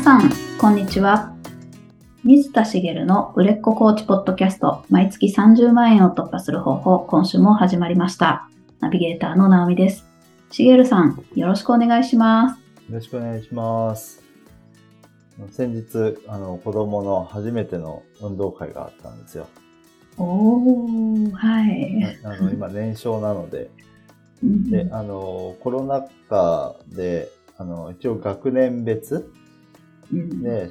さん、こんにちは。水田茂の売れっ子コーチポッドキャスト、毎月30万円を突破する方法、今週も始まりました。ナビゲーターの直美です。茂さん、よろしくお願いします。 よろしくお願いします。先日、子供の初めての運動会があったんですよ。 はい。 今、年少なので、で、コロナ禍で、一応学年別で、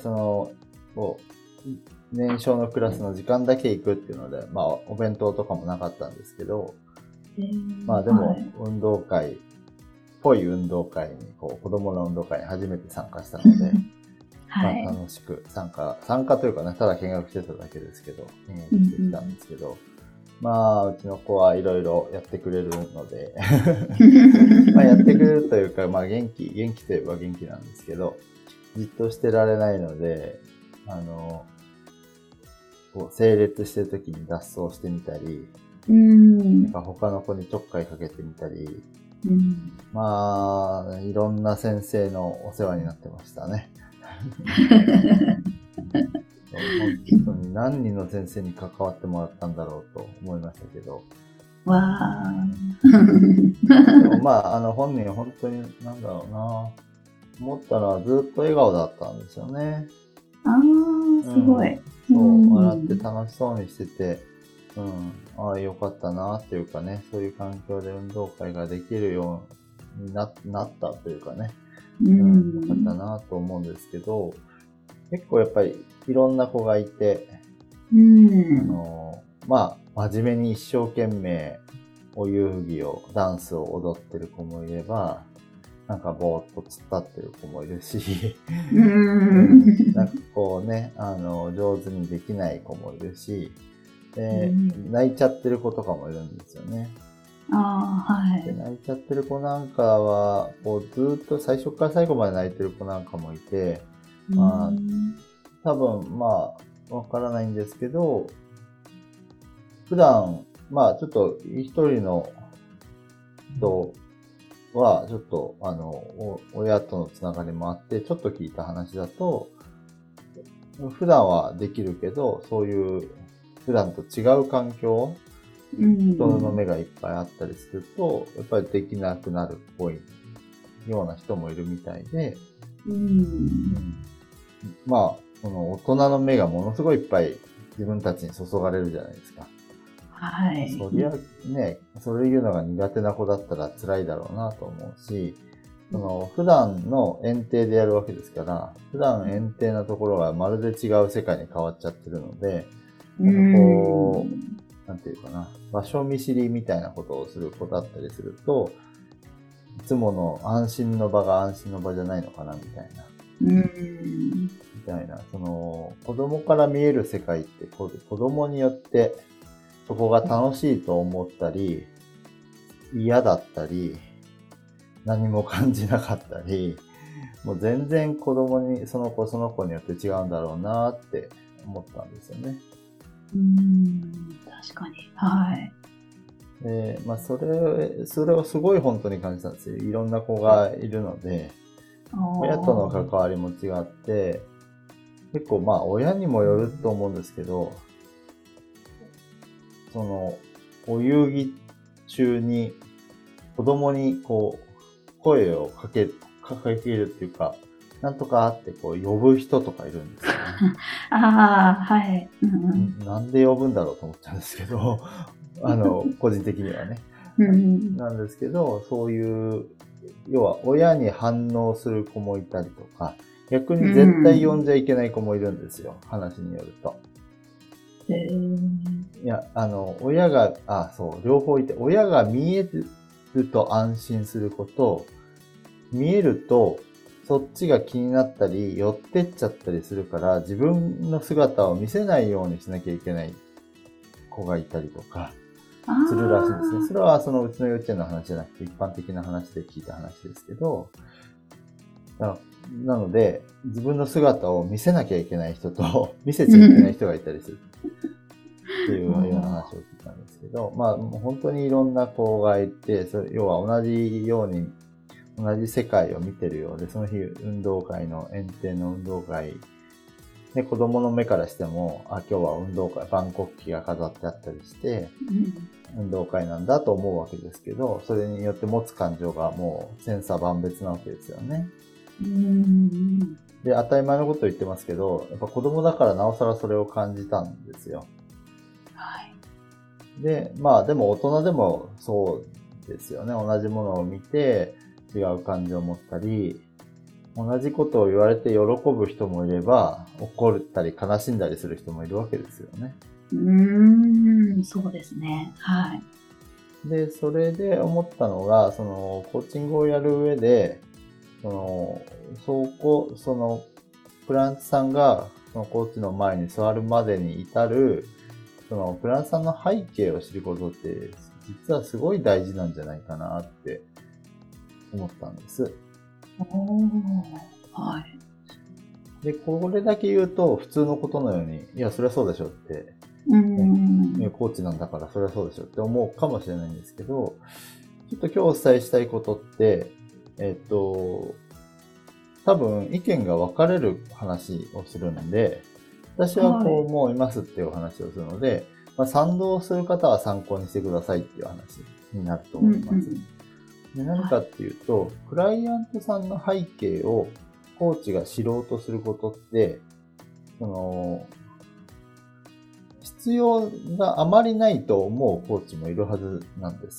年少のクラスの時間だけ行くっていうので、お弁当とかもなかったんですけど、でも、運動会、ぽい運動会に、子供の運動会に初めて参加したので、楽しく参加というかね、ただ見学してただけですけど、見学してきたんですけど、うちの子はいろいろやってくれるので、やってくれるというか、元気といえば元気なんですけど、じっとしてられないので、整列してる時に脱走してみたり、他の子にちょっかいかけてみたり、いろんな先生のお世話になってましたね。本当に何人の先生に関わってもらったんだろうと思いましたけど。でも本人本当に思ったのはずっと笑顔だったんですよね。 すごい。 笑って楽しそうにしてて、よかったなっていうかね、そういう環境で運動会ができるようになったというかね、よかったなと思うんですけど、結構やっぱりいろんな子がいて、真面目に一生懸命お遊戯を、ダンスを踊ってる子もいれば、ぼーっと突っ立ってる子もいるし、上手にできない子もいるし、泣いちゃってる子とかもいるんですよね。で泣いちゃってる子なんかは、ずっと最初から最後まで泣いてる子なんかもいて、多分、わからないんですけど、普段、ちょっと一人の人は、ちょっと、親とのつながりもあって、ちょっと聞いた話だと、普段はできるけど、そういう、普段と違う環境、人の目がいっぱいあったりすると、やっぱりできなくなるっぽいような人もいるみたいで、その大人の目がものすごいいっぱい自分たちに注がれるじゃないですか。そりゃね、それ言うのが苦手な子だったら辛いだろうなと思うし、普段の園庭でやるわけですから、普段園庭なところがまるで違う世界に変わっちゃってるので、なんていうかな、場所見知りみたいなことをする子だったりすると、いつもの安心の場が安心の場じゃないのかなみたいな。子供から見える世界って子供によってそこが楽しいと思ったり、嫌だったり、何も感じなかったり、もう全然子供に、その子によって違うんだろうなって思ったんですよね。 確かに。はい。 それをすごい本当に感じたんですよ。いろんな子がいるので、親との関わりも違って、結構親にもよると思うんですけど、お遊戯中に子供に声をかけるっていうか、なんとかって呼ぶ人とかいるんですよね。 はい。 なんで呼ぶんだろうと思っちゃうんですけど、個人的にはね。なんですけど、そういう、要は親に反応する子もいたりとか、逆に絶対呼んじゃいけない子もいるんですよ、話によると。いや、両方いて、親が見えると安心する子と、見えるとそっちが気になったり、寄ってっちゃったりするから、自分の姿を見せないようにしなきゃいけない子がいたりとか、するらしいですね。それはうちの幼稚園の話じゃなくて、一般的な話で聞いた話ですけど、なので、自分の姿を見せなきゃいけない人と、見せちゃいけない人がいたりする。っていうような話を聞いたんですけど、もう本当にいろんな子がいて、要は同同じ世界を見てるようで、その日運動会の園庭の運動会で、子供の目からしても、今日は運動会、万国旗が飾ってあったりして、運動会なんだと思うわけですけど、それによって持つ感情がもう千差万別なわけですよね。で、当たり前のこと言ってますけど、やっぱ子供だからなおさらそれを感じたんですよ。 はい。 で、まあでも大人でもそうですよね。同じものを見て違う感情を持ったり、同じことを言われて喜ぶ人もいれば、怒ったり悲しんだりする人もいるわけですよね。 そうですね。はい。 で、それで思ったのが、その、コーチングをやる上で、クライアントさんが、そのコーチの前に座るまでに至る、その、クライアントさんの背景を知ることって、実はすごい大事なんじゃないかなって思ったんです。 はい。 で、これだけ言うと、普通のことのように、いや、そりゃそうでしょって、コーチなんだからそりゃそうでしょって思うかもしれないんですけど、ちょっと今日お伝えしたいことって、多分意見が分かれる話をするんで、私はこう思いますっていうお話をするので、賛同する方は参考にしてくださいっていう話になると思います。で、何かっていうと、クライアントさんの背景をコーチが知ろうとすることって、必要があまりないと思うコーチもいるはずなんです。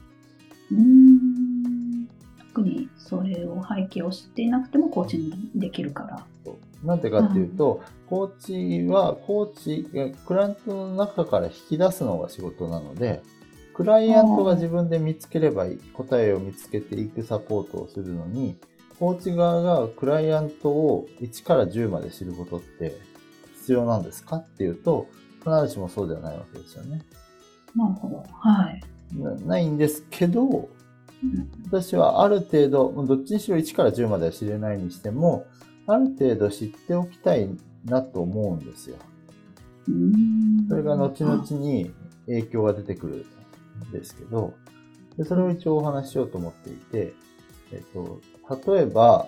特にそれを背景を知っていなくてもコーチにできるから。 なんでかっていうと、コーチがクライアントの中から引き出すのが仕事なので、クライアントが自分で見つければいい、答えを見つけていくサポートをするのに、コーチ側がクライアントを1から10まで知ることって必要なんですかっていうと、必ずしもそうではないわけですよね。 なるほど。はい。 ないんですけど、私はある程度、どっちにしろ1から10までは知れないにしても、ある程度知っておきたいなと思うんですよ。それが後々に影響が出てくるんですけど、それを一応お話ししようと思っていて、例えば、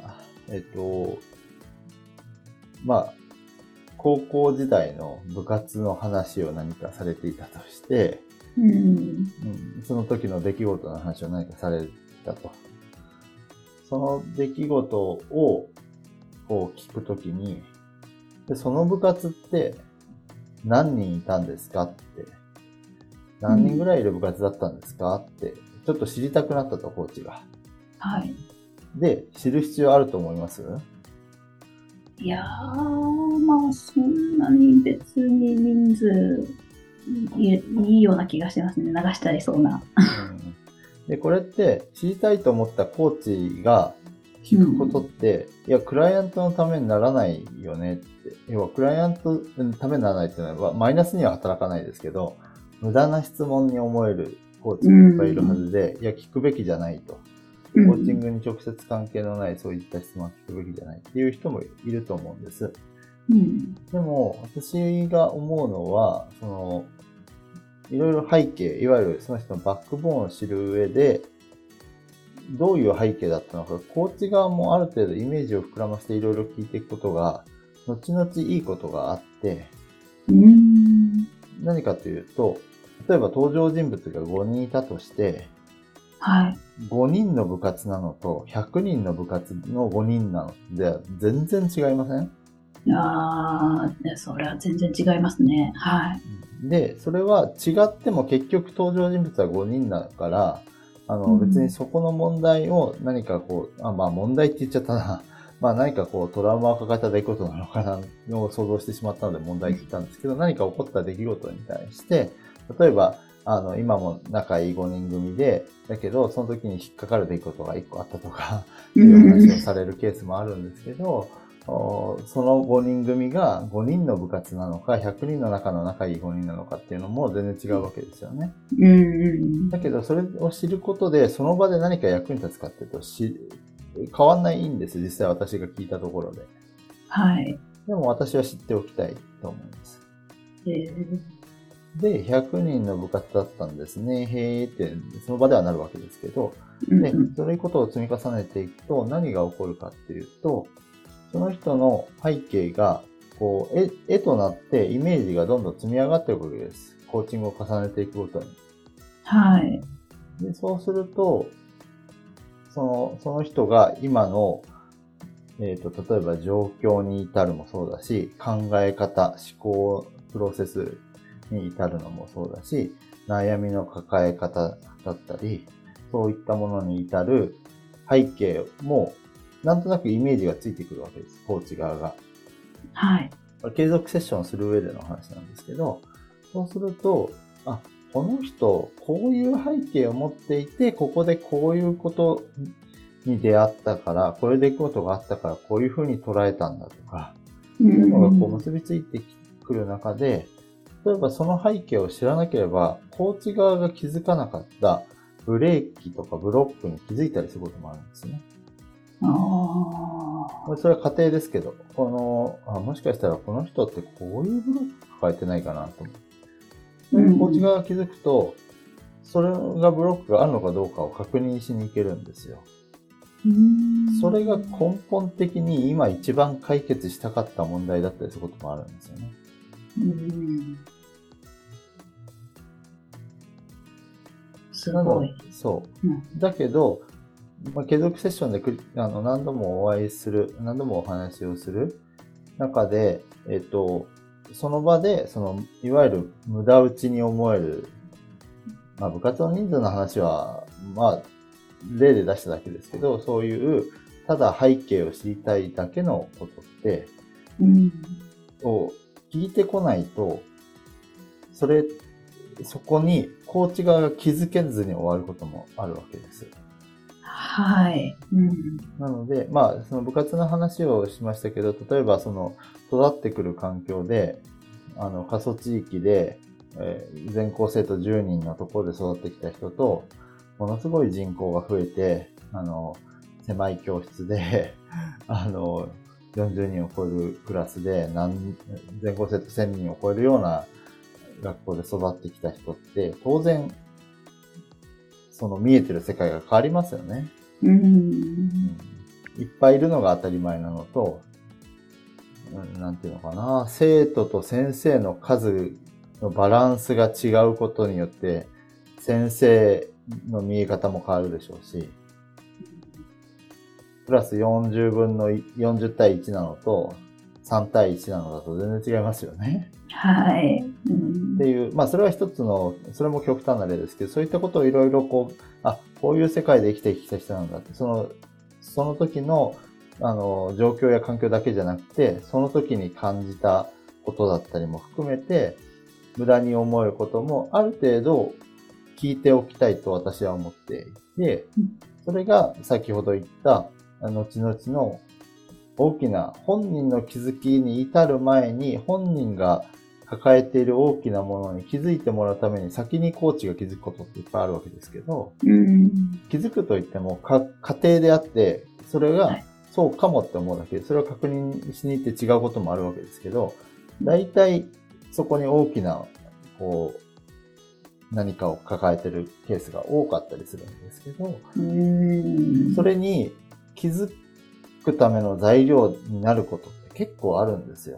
高校時代の部活の話を何かされていたとして、その時の出来事の話を何かされたと。その出来事をこう聞くときに、その部活って何人いたんですかって、何人ぐらいいる部活だったんですかって、ちょっと知りたくなったと、コーチが。 はい。 で、知る必要あると思います？ いやー、そんなに別に人数いいような気がしますね。流したりそうな。 で、これって知りたいと思ったコーチが聞くことって、いや、クライアントのためにならないよねって。要は、クライアントのためにならないっていうのは、マイナスには働かないですけど、無駄な質問に思えるコーチもいっぱいいるはずで、いや、聞くべきじゃないと。コーチングに直接関係のないそういった質問は聞くべきじゃないっていう人もいると思うんです。でも、私が思うのは、いろいろ背景、いわゆるその人のバックボーンを知る上で、どういう背景だったのか、コーチ側もある程度イメージを膨らませていろいろ聞いていくことが、後々いいことがあって、何かというと、例えば登場人物が5人いたとして、5人の部活なのと100人の部活の5人なのでは全然違いません？ それは全然違いますね。はい。 で、それは違っても結局登場人物は5人だから、別にそこの問題を何か問題って言っちゃったな。何かトラウマを抱えた出来事なのかなを想像してしまったので問題って言ったんですけど、何か起こった出来事に対して、例えば、今も仲いい5人組で、だけど、その時に引っかかる出来事が1個あったとか、いう話をされるケースもあるんですけど、その5人組が5人の部活なのか、100人の中の仲いい5人なのかっていうのも全然違うわけですよね。だけど、それを知ることで、その場で何か役に立つかっていうと、変わんないんです、実際私が聞いたところで。 はい。 でも私は知っておきたいと思います。 で、100人の部活だったんですね。へーって、その場ではなるわけですけど、で、そういうことを積み重ねていくと何が起こるかっていうと、その人の背景が、こう、絵となってイメージがどんどん積み上がっていくわけです。コーチングを重ねていくごとに。 はい。 で、そうすると、その人が今の、例えば状況に至るもそうだし、考え方、思考、プロセスに至るのもそうだし、悩みの抱え方だったり、そういったものに至る背景も、なんとなくイメージがついてくるわけです、コーチ側が。 はい。 継続セッションをする上での話なんですけど、そうすると、この人、こういう背景を持っていて、ここでこういうことに出会ったから、これでことがあったから、こういうふうに捉えたんだとか、そういうのがこう結びついてくる中で、例えばその背景を知らなければ、コーチ側が気づかなかったブレーキとかブロックに気づいたりすることもあるんですね。それは家庭ですけど、もしかしたらこの人ってこういうブロック抱えてないかなと思って。コーチ側が気づくと、それがブロックがあるのかどうかを確認しに行けるんですよ。それが根本的に今一番解決したかった問題だったりすることもあるんですよね。 すごい。 そう。だけど、継続セッションで何度もお会いする、何度もお話をする中で、その場で、いわゆる無駄打ちに思える、部活の人数の話は、例で出しただけですけど、そういう、ただ背景を知りたいだけのことって、を聞いてこないと、そこにコーチ側が気づけずに終わることもあるわけです。 はい。 なので、その部活の話をしましたけど、例えば育ってくる環境で、過疎地域で、全校生徒10人のところで育ってきた人と、ものすごい人口が増えて、狭い教室で、40人を超えるクラスで、全校生徒1000人を超えるような学校で育ってきた人って、当然、見えてる世界が変わりますよね。いっぱいいるのが当たり前なのと、なんていうのかな、生徒と先生の数のバランスが違うことによって、先生の見え方も変わるでしょうし、プラス40対1なのと、3対1なのだと全然違いますよね。 はい。 っていう、それは一つの、それも極端な例ですけど、そういったことをいろいろこういう世界で生きてきた人なんだって、その時の、状況や環境だけじゃなくて、その時に感じたことだったりも含めて、無駄に思えることもある程度聞いておきたいと私は思っていて、それが先ほど言った、後々の大きな本人の気づきに至る前に本人が抱えている大きなものに気づいてもらうために先にコーチが気づくことっていっぱいあるわけですけど、気づくといっても過程であって、それがそうかもって思うだけで、それを確認しに行って違うこともあるわけですけど、大体そこに大きな何かを抱えているケースが多かったりするんですけど、それに気づくための材料になることって結構あるんですよ。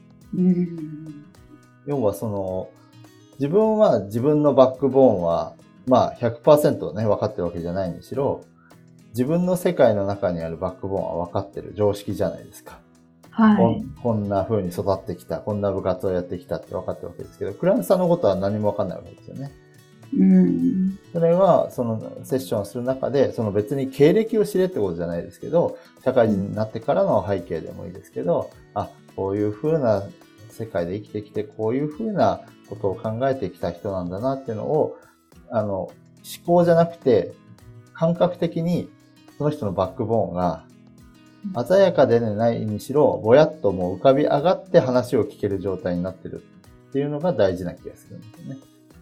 要は自分は自分のバックボーンは、100% ね、分かってるわけじゃないにしろ、自分の世界の中にあるバックボーンは分かってる常識じゃないですか。 はい。 こんな風に育ってきた、こんな部活をやってきたって分かってるわけですけど、クライアントさんのことは何も分かんないわけですよね。それは、セッションをする中で、別に経歴を知れってことじゃないですけど、社会人になってからの背景でもいいですけど、こういう風な世界で生きてきて、こういう風なことを考えてきた人なんだなっていうのを、思考じゃなくて、感覚的にその人のバックボーンが、鮮やかでないにしろ、ぼやっともう浮かび上がって話を聞ける状態になってるっていうのが大事な気がするんですよね。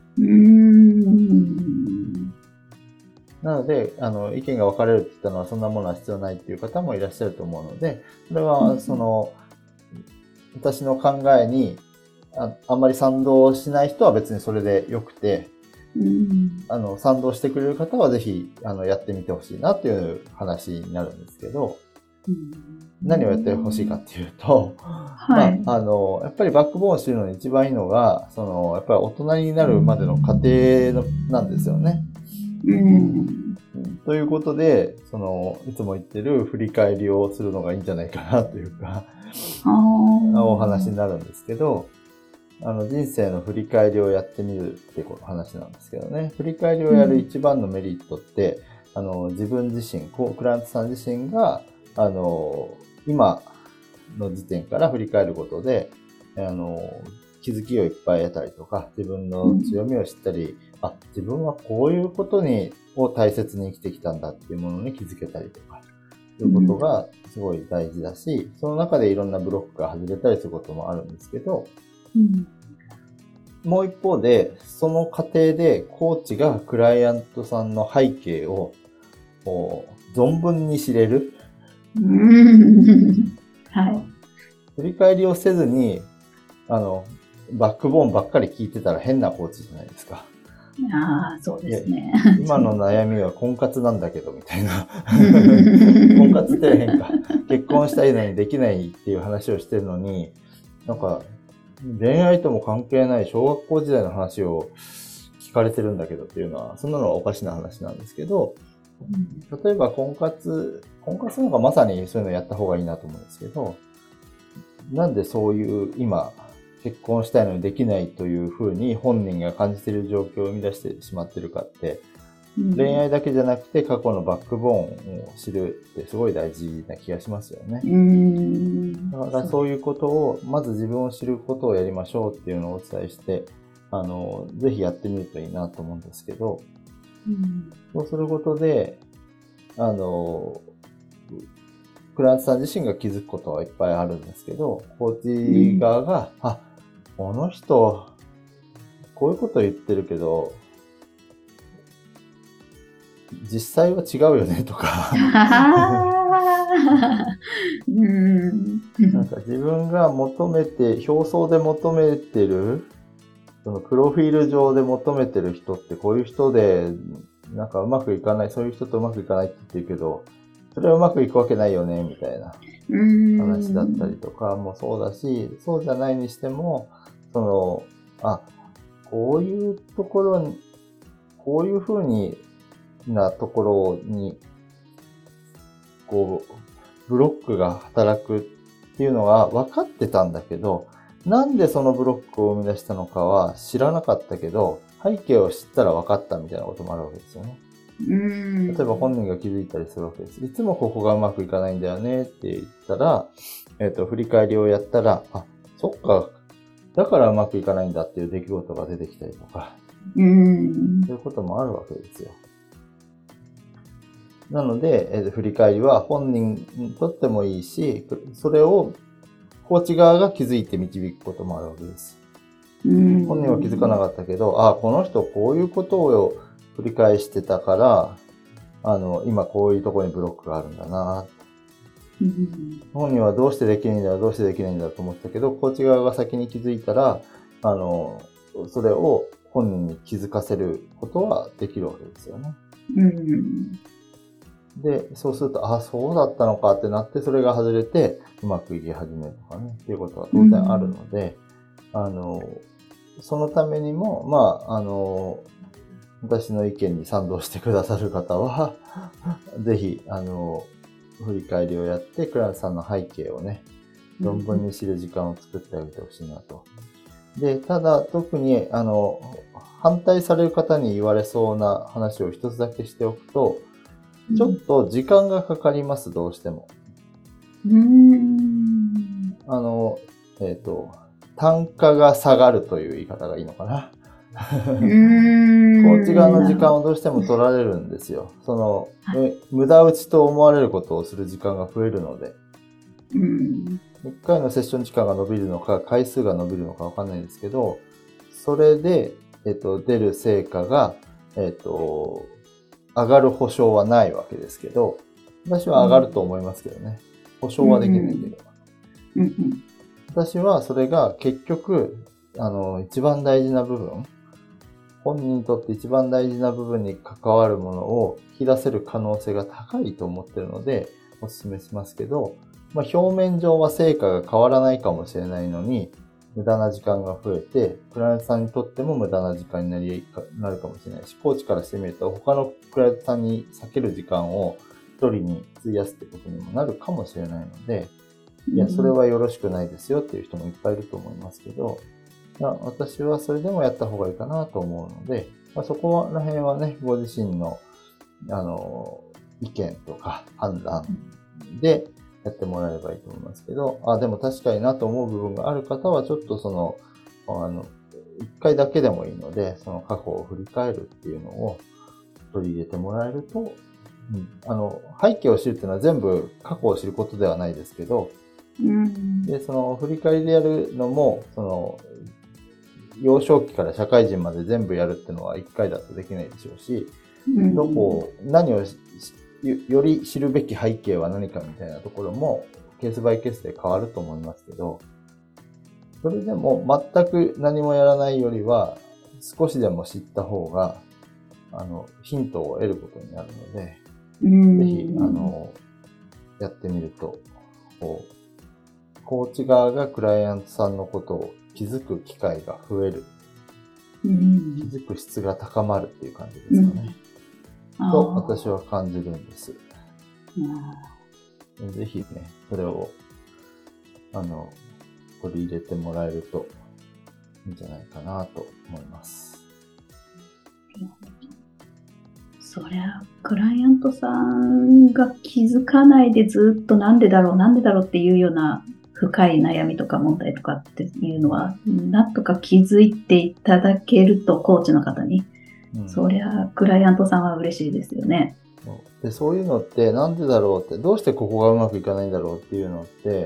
なので、意見が分かれるって言ったのはそんなものは必要ないっていう方もいらっしゃると思うので、それは、私の考えに、 あんまり賛同しない人は別にそれでよくて、賛同してくれる方はぜひ、やってみてほしいなっていう話になるんですけど、何をやってほしいかっていうと、やっぱりバックボーンを知るのに一番いいのが、やっぱり大人になるまでの過程なんですよね。ということで、いつも言ってる振り返りをするのがいいんじゃないかなというか、お話になるんですけど、人生の振り返りをやってみるっていう話なんですけどね。振り返りをやる一番のメリットって、自分自身、クライアントさん自身が、今の時点から振り返ることで、気づきをいっぱい得たりとか、自分の強みを知ったり、自分はこういうことを大切に生きてきたんだっていうものに気づけたりとか、そういうことがすごい大事だし、その中でいろんなブロックが外れたりすることもあるんですけど、もう一方で、その過程でコーチがクライアントさんの背景を存分に知れる。振り返りをせずに、バックボーンばっかり聞いてたら変なコーチじゃないですか。 そうですね。 今の悩みは婚活なんだけど、みたいな。婚活って変か。結婚したいのにできないっていう話をしてるのに、なんか、恋愛とも関係ない小学校時代の話を聞かれてるんだけどっていうのは、そんなのはおかしな話なんですけど、例えば婚活なんかまさにそういうのやった方がいいなと思うんですけど、なんでそういう今、結婚したいのにできないというふうに本人が感じている状況を生み出してしまっているかって、恋愛だけじゃなくて過去のバックボーンを知るってすごい大事な気がしますよね。だからそういうことを、まず自分を知ることをやりましょうっていうのをお伝えして、ぜひやってみるといいなと思うんですけど、そうすることで、クライアントさん自身が気づくことはいっぱいあるんですけど、コーチ側が、この人、こういうこと言ってるけど、実際は違うよねとかなんか自分が表層で求めてる、そのプロフィール上で求めてる人ってこういう人で、なんかうまくいかない、そういう人とうまくいかないって言ってるけど、それはうまくいくわけないよね、みたいな話だったりとかもそうだし、そうじゃないにしても、こういうところに、こういう風なところに、ブロックが働くっていうのが分かってたんだけど、なんでそのブロックを生み出したのかは知らなかったけど、背景を知ったら分かったみたいなこともあるわけですよね。例えば本人が気づいたりするわけです。いつもここがうまくいかないんだよねって言ったら、振り返りをやったら、そっか、だからうまくいかないんだっていう出来事が出てきたりとか、そういうこともあるわけですよ。なので、振り返りは本人にとってもいいし、それをコーチ側が気づいて導くこともあるわけです。本人は気づかなかったけど、この人こういうことを繰り返してたから、今こういうところにブロックがあるんだな。本人はどうしてできないんだと思ったけど、コーチ側が先に気づいたら、それを本人に気づかせることはできるわけですよね。で、そうすると、そうだったのかってなって、それが外れて、うまくいき始めるとかね、っていうことは当然あるので、そのためにも、私の意見に賛同してくださる方は、ぜひ、振り返りをやって、クライアントさんの背景をね、存分に知る時間を作ってあげてほしいなと。で、ただ、特に、反対される方に言われそうな話を一つだけしておくと、ちょっと時間がかかります、どうしても。単価が下がるという言い方がいいのかな。コーチ側の時間をどうしても取られるんですよ。無駄打ちと思われることをする時間が増えるので。1回のセッション時間が伸びるのか、回数が伸びるのかわかんないんですけど、それで、出る成果が、上がる保証はないわけですけど、私は上がると思いますけどね。保証はできないけど。私はそれが結局、 一番大事な部分、本人にとって一番大事な部分に関わるものを引き出せる可能性が高いと思っているので、お勧めしますけど、表面上は成果が変わらないかもしれないのに、無駄な時間が増えて、クライアントさんにとっても無駄な時間になるかもしれないし、コーチからしてみると、他のクライアントさんに避ける時間を一人に費やすってことにもなるかもしれないので、いや、それはよろしくないですよっていう人もいっぱいいると思いますけど、私はそれでもやった方がいいかなと思うので、そこら辺はね、ご自身の、意見とか判断でやってもらえればいいと思いますけど、でも確かになと思う部分がある方は、ちょっと一回だけでもいいので、その過去を振り返るっていうのを取り入れてもらえると、背景を知るっていうのは全部過去を知ることではないですけど、で、その振り返りでやるのも、幼少期から社会人まで全部やるっていうのは一回だとできないでしょうし、何をより知るべき背景は何かみたいなところもケースバイケースで変わると思いますけど、それでも全く何もやらないよりは少しでも知った方がヒントを得ることになるので、ぜひやってみるとコーチ側がクライアントさんのことを気づく機会が増える、気づく質が高まるっていう感じですかね、と私は感じるんです。ぜひね、それを取り入れてもらえるといいんじゃないかなと思います。 そりゃクライアントさんが気づかないでずっとなんでだろうっていうような深い悩みとか問題とかっていうのは、なんとか気づいていただけるとコーチの方に、そりゃクライアントさんは嬉しいですよね。 で、そういうのってなんでだろうって、どうしてここがうまくいかないんだろうっていうのって、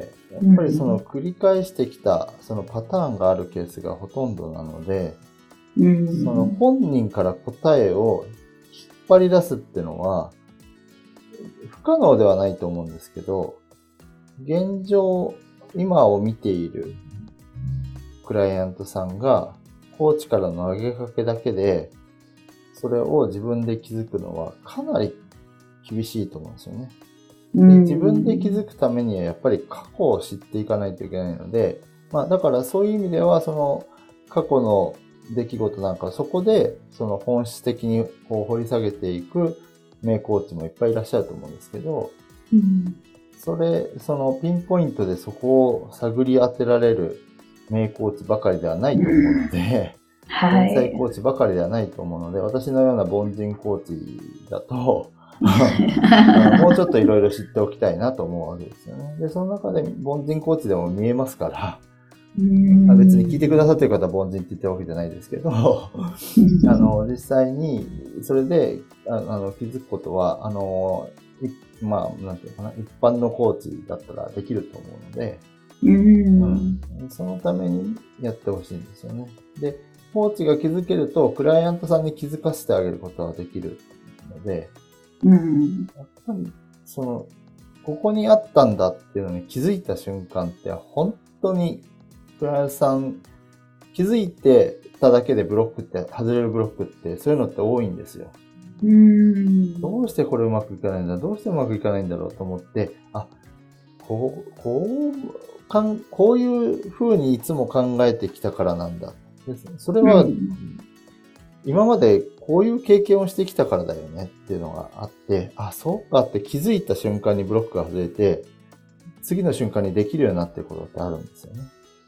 やっぱりその繰り返してきたそのパターンがあるケースがほとんどなので、その本人から答えを引っ張り出すっていうのは不可能ではないと思うんですけど、現状今を見ているクライアントさんがコーチからの投げかけだけでそれを自分で気づくのはかなり厳しいと思うんですよね。で、自分で気づくためにはやっぱり過去を知っていかないといけないので、だからそういう意味ではその過去の出来事なんかそこでその本質的にこう掘り下げていく名コーチもいっぱいいらっしゃると思うんですけど、そのピンポイントでそこを探り当てられる名コーチばかりではないと思うので、天才コーチばかりではないと思うので、私のような凡人コーチだともうちょっといろいろ知っておきたいなと思うわけですよね。で、その中で凡人コーチでも見えますから、別に聞いてくださっている方は凡人って言ってるわけじゃないですけど実際にそれで気づくことはなんていうかな、一般のコーチだったらできると思うので、そのためにやってほしいんですよね。で、コーチが気づけるとクライアントさんに気づかせてあげることはできるので、やっぱりここにあったんだっていうのに気づいた瞬間って本当にクライアントさん気づいてただけで外れるブロックってそういうのって多いんですよ。どうしてこれうまくいかないんだ、どうしてうまくいかないんだろうと思って、こういう風にいつも考えてきたからなんだ。それは今までこういう経験をしてきたからだよねっていうのがあって、そうかって気づいた瞬間にブロックが外れて、次の瞬間にできるようになってることってあるんですよね。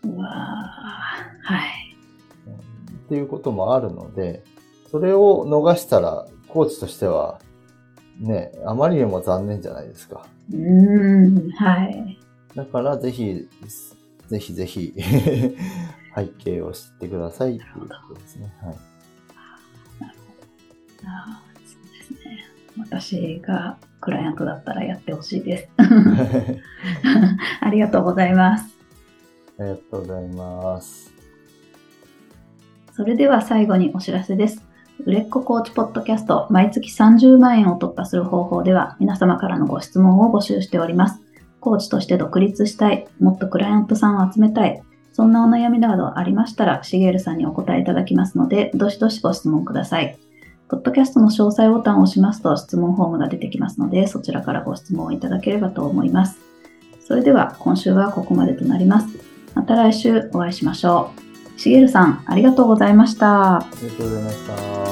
っていうこともあるので、それを逃したらコーチとしてはね、あまりにも残念じゃないですか。だからぜひ背景を知ってくださいっていうことですね。 なるほど。そうですね。私がクライアントだったらやってほしいです。ありがとうございます。 ありがとうございます。 それでは最後にお知らせです。売れっ子コーチポッドキャスト毎月30万円を突破する方法では皆様からのご質問を募集しております。コーチとして独立したい、もっとクライアントさんを集めたい、 そんなお悩みなどありましたら、しげるさんにお答えいただきますので、どしどしご質問ください。ポッドキャストの詳細ボタンを押しますと質問フォームが出てきますので、そちらからご質問をいただければと思います。それでは今週はここまでとなります。また来週お会いしましょう。しげるさん、ありがとうございました。 ありがとうございました。